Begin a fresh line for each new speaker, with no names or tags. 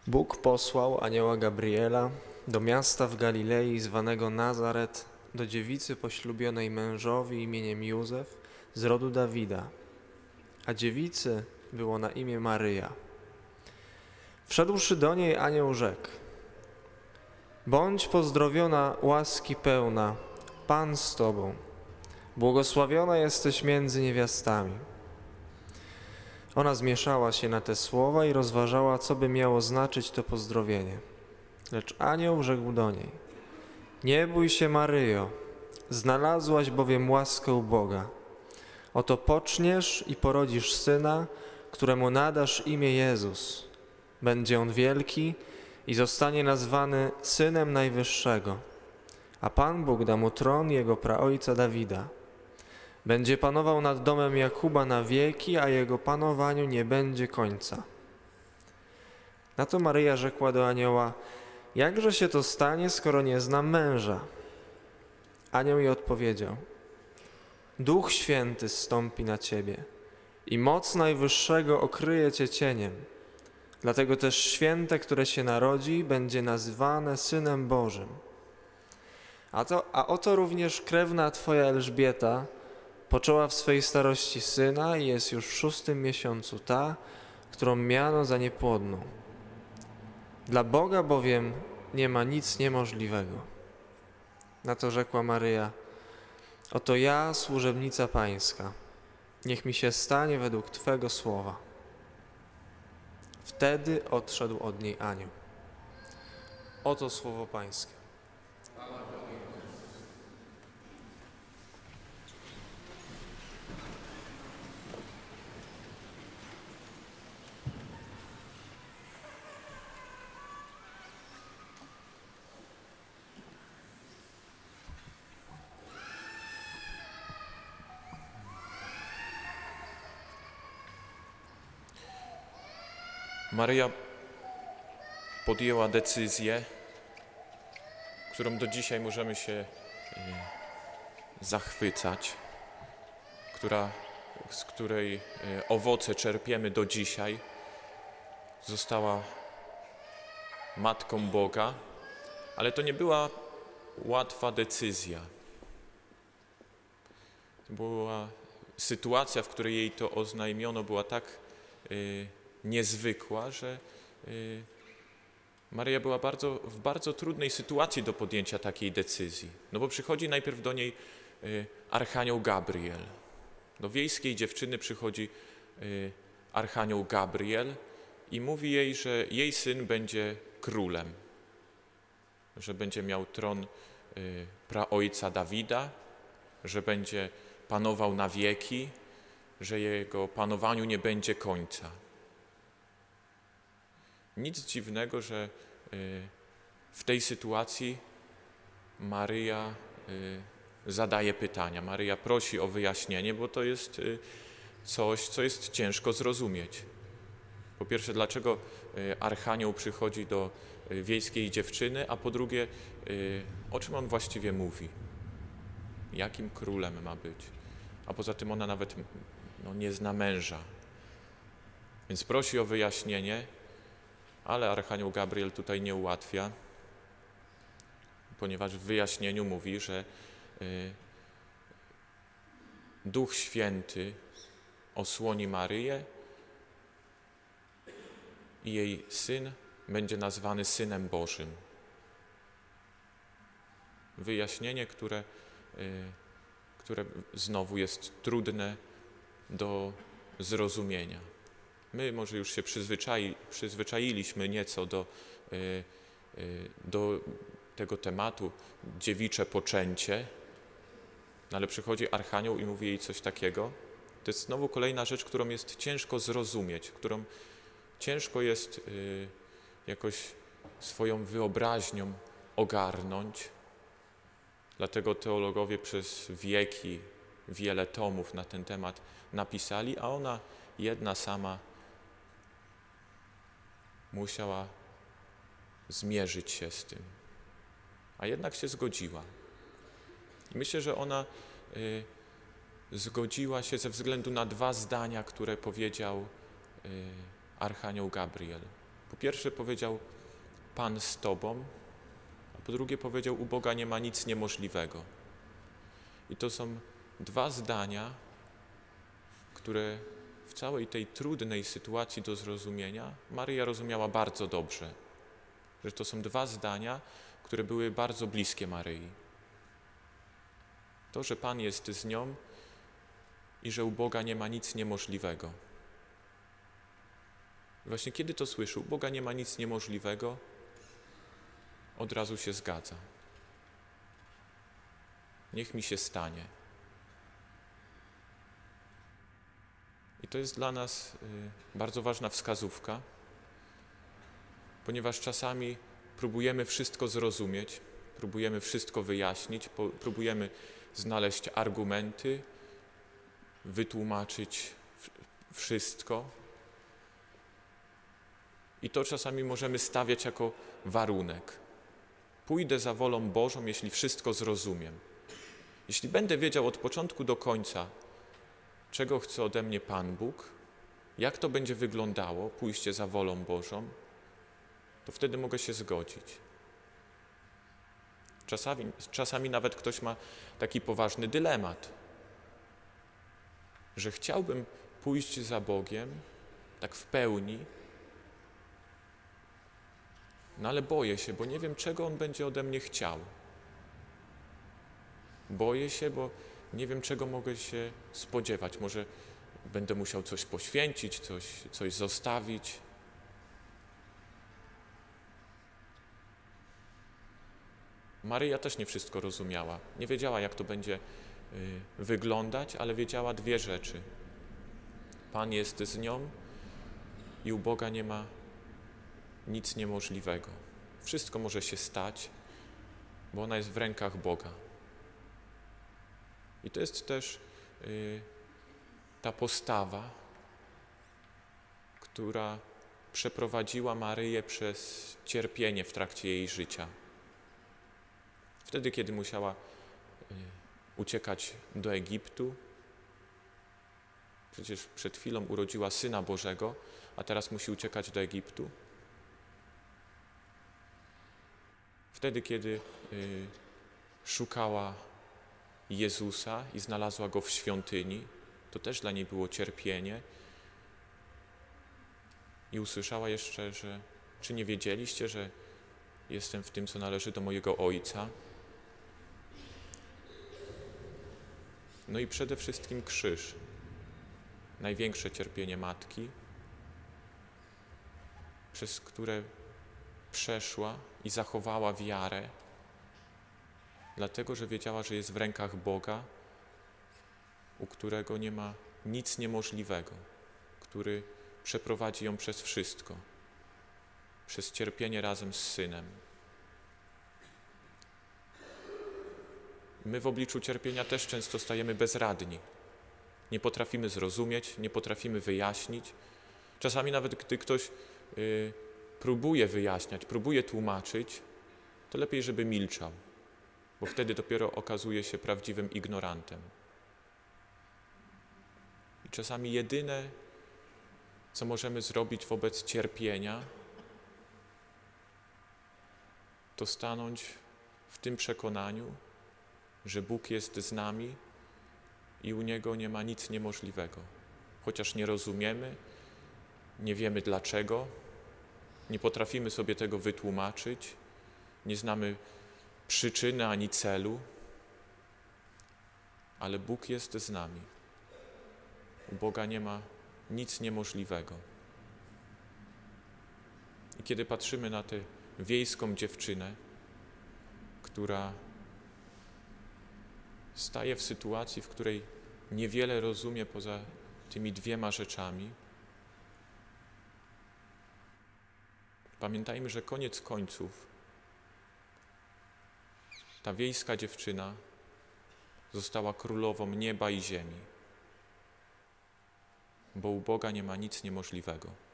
Bóg posłał anioła Gabriela do miasta w Galilei zwanego Nazaret, do dziewicy poślubionej mężowi imieniem Józef z rodu Dawida, a dziewicy było na imię Maryja. Wszedłszy do niej, anioł rzekł: Bądź pozdrowiona, łaski pełna, Pan z Tobą, błogosławiona jesteś między niewiastami. Ona zmieszała się na te słowa i rozważała, co by miało znaczyć to pozdrowienie. Lecz anioł rzekł do niej: Nie bój się, Maryjo, znalazłaś bowiem łaskę u Boga. Oto poczniesz i porodzisz syna, któremu nadasz imię Jezus. Będzie on wielki i zostanie nazwany Synem Najwyższego, a Pan Bóg da mu tron jego praojca Dawida. Będzie panował nad domem Jakuba na wieki, a jego panowaniu nie będzie końca. Na to Maryja rzekła do anioła: Jakże się to stanie, skoro nie znam męża? Anioł jej odpowiedział: Duch Święty zstąpi na ciebie i moc Najwyższego okryje cię cieniem. Dlatego też święte, które się narodzi, będzie nazywane Synem Bożym. A oto również krewna twoja Elżbieta poczęła w swej starości syna i jest już w 6. miesiącu ta, którą miano za niepłodną. Dla Boga bowiem nie ma nic niemożliwego. Na to rzekła Maryja: Oto ja, służebnica Pańska, niech mi się stanie według Twego słowa. Wtedy odszedł od niej anioł. Oto słowo Pańskie.
Maryja podjęła decyzję, którą do dzisiaj możemy się zachwycać, z której owoce czerpiemy do dzisiaj. Została Matką Boga, ale to nie była łatwa decyzja. To była sytuacja, w której jej to oznajmiono, była tak niezwykła, że Maryja była w bardzo trudnej sytuacji do podjęcia takiej decyzji. No bo przychodzi najpierw do niej archanioł Gabriel. Do wiejskiej dziewczyny przychodzi archanioł Gabriel i mówi jej, że jej syn będzie królem, że będzie miał tron praojca Dawida, że będzie panował na wieki, że jego panowaniu nie będzie końca. Nic dziwnego, że w tej sytuacji Maryja zadaje pytania. Maryja prosi o wyjaśnienie, bo to jest coś, co jest ciężko zrozumieć. Po pierwsze, dlaczego archanioł przychodzi do wiejskiej dziewczyny, a po drugie, o czym on właściwie mówi? Jakim królem ma być? A poza tym ona nawet nie zna męża. Więc prosi o wyjaśnienie, ale archanioł Gabriel tutaj nie ułatwia, ponieważ w wyjaśnieniu mówi, że Duch Święty osłoni Maryję i jej syn będzie nazwany Synem Bożym. Wyjaśnienie, które znowu jest trudne do zrozumienia. My może już się przyzwyczailiśmy nieco do tego tematu, dziewicze poczęcie, ale przychodzi archanioł i mówi jej coś takiego. To jest znowu kolejna rzecz, którą jest ciężko zrozumieć, którą ciężko jest jakoś swoją wyobraźnią ogarnąć. Dlatego teologowie przez wieki wiele tomów na ten temat napisali, a ona jedna sama musiała zmierzyć się z tym, a jednak się zgodziła. I myślę, że ona zgodziła się ze względu na 2 zdania, które powiedział archanioł Gabriel. Po pierwsze powiedział: Pan z Tobą, a po drugie powiedział: u Boga nie ma nic niemożliwego. I to są dwa zdania, które w całej tej trudnej sytuacji do zrozumienia Maryja rozumiała bardzo dobrze. Że to są dwa zdania, które były bardzo bliskie Maryi. To, że Pan jest z nią i że u Boga nie ma nic niemożliwego. Właśnie kiedy to słyszy, u Boga nie ma nic niemożliwego, od razu się zgadza. Niech mi się stanie. I to jest dla nas bardzo ważna wskazówka, ponieważ czasami próbujemy wszystko zrozumieć, próbujemy wszystko wyjaśnić, próbujemy znaleźć argumenty, wytłumaczyć wszystko. I to czasami możemy stawiać jako warunek. Pójdę za wolą Bożą, jeśli wszystko zrozumiem. Jeśli będę wiedział od początku do końca, czego chce ode mnie Pan Bóg, jak to będzie wyglądało, pójście za wolą Bożą, to wtedy mogę się zgodzić. Czasami nawet ktoś ma taki poważny dylemat, że chciałbym pójść za Bogiem, tak w pełni, no ale boję się, bo nie wiem, czego On będzie ode mnie chciał. Boję się, bo nie wiem, czego mogę się spodziewać. Może będę musiał coś poświęcić, coś zostawić. Maryja też nie wszystko rozumiała. Nie wiedziała, jak to będzie wyglądać, ale wiedziała dwie rzeczy. Pan jest z nią i u Boga nie ma nic niemożliwego. Wszystko może się stać, bo ona jest w rękach Boga. I to jest też ta postawa, która przeprowadziła Maryję przez cierpienie w trakcie jej życia. Wtedy, kiedy musiała uciekać do Egiptu, przecież przed chwilą urodziła Syna Bożego, a teraz musi uciekać do Egiptu. Wtedy, kiedy szukała Jezusa i znalazła Go w świątyni, to też dla niej było cierpienie. I usłyszała jeszcze, że czy nie wiedzieliście, że jestem w tym, co należy do mojego Ojca? No i przede wszystkim krzyż. Największe cierpienie matki, przez które przeszła i zachowała wiarę, dlatego że wiedziała, że jest w rękach Boga, u którego nie ma nic niemożliwego, który przeprowadzi ją przez wszystko, przez cierpienie razem z Synem. My w obliczu cierpienia też często stajemy bezradni. Nie potrafimy zrozumieć, nie potrafimy wyjaśnić. Czasami nawet gdy ktoś próbuje wyjaśniać, próbuje tłumaczyć, to lepiej, żeby milczał, bo wtedy dopiero okazuje się prawdziwym ignorantem. I czasami jedyne, co możemy zrobić wobec cierpienia, to stanąć w tym przekonaniu, że Bóg jest z nami i u Niego nie ma nic niemożliwego. Chociaż nie rozumiemy, nie wiemy dlaczego, nie potrafimy sobie tego wytłumaczyć, nie znamy przyczyny ani celu, ale Bóg jest z nami. U Boga nie ma nic niemożliwego. I kiedy patrzymy na tę wiejską dziewczynę, która staje w sytuacji, w której niewiele rozumie poza tymi dwiema rzeczami, pamiętajmy, że koniec końców ta wiejska dziewczyna została królową nieba i ziemi, bo u Boga nie ma nic niemożliwego.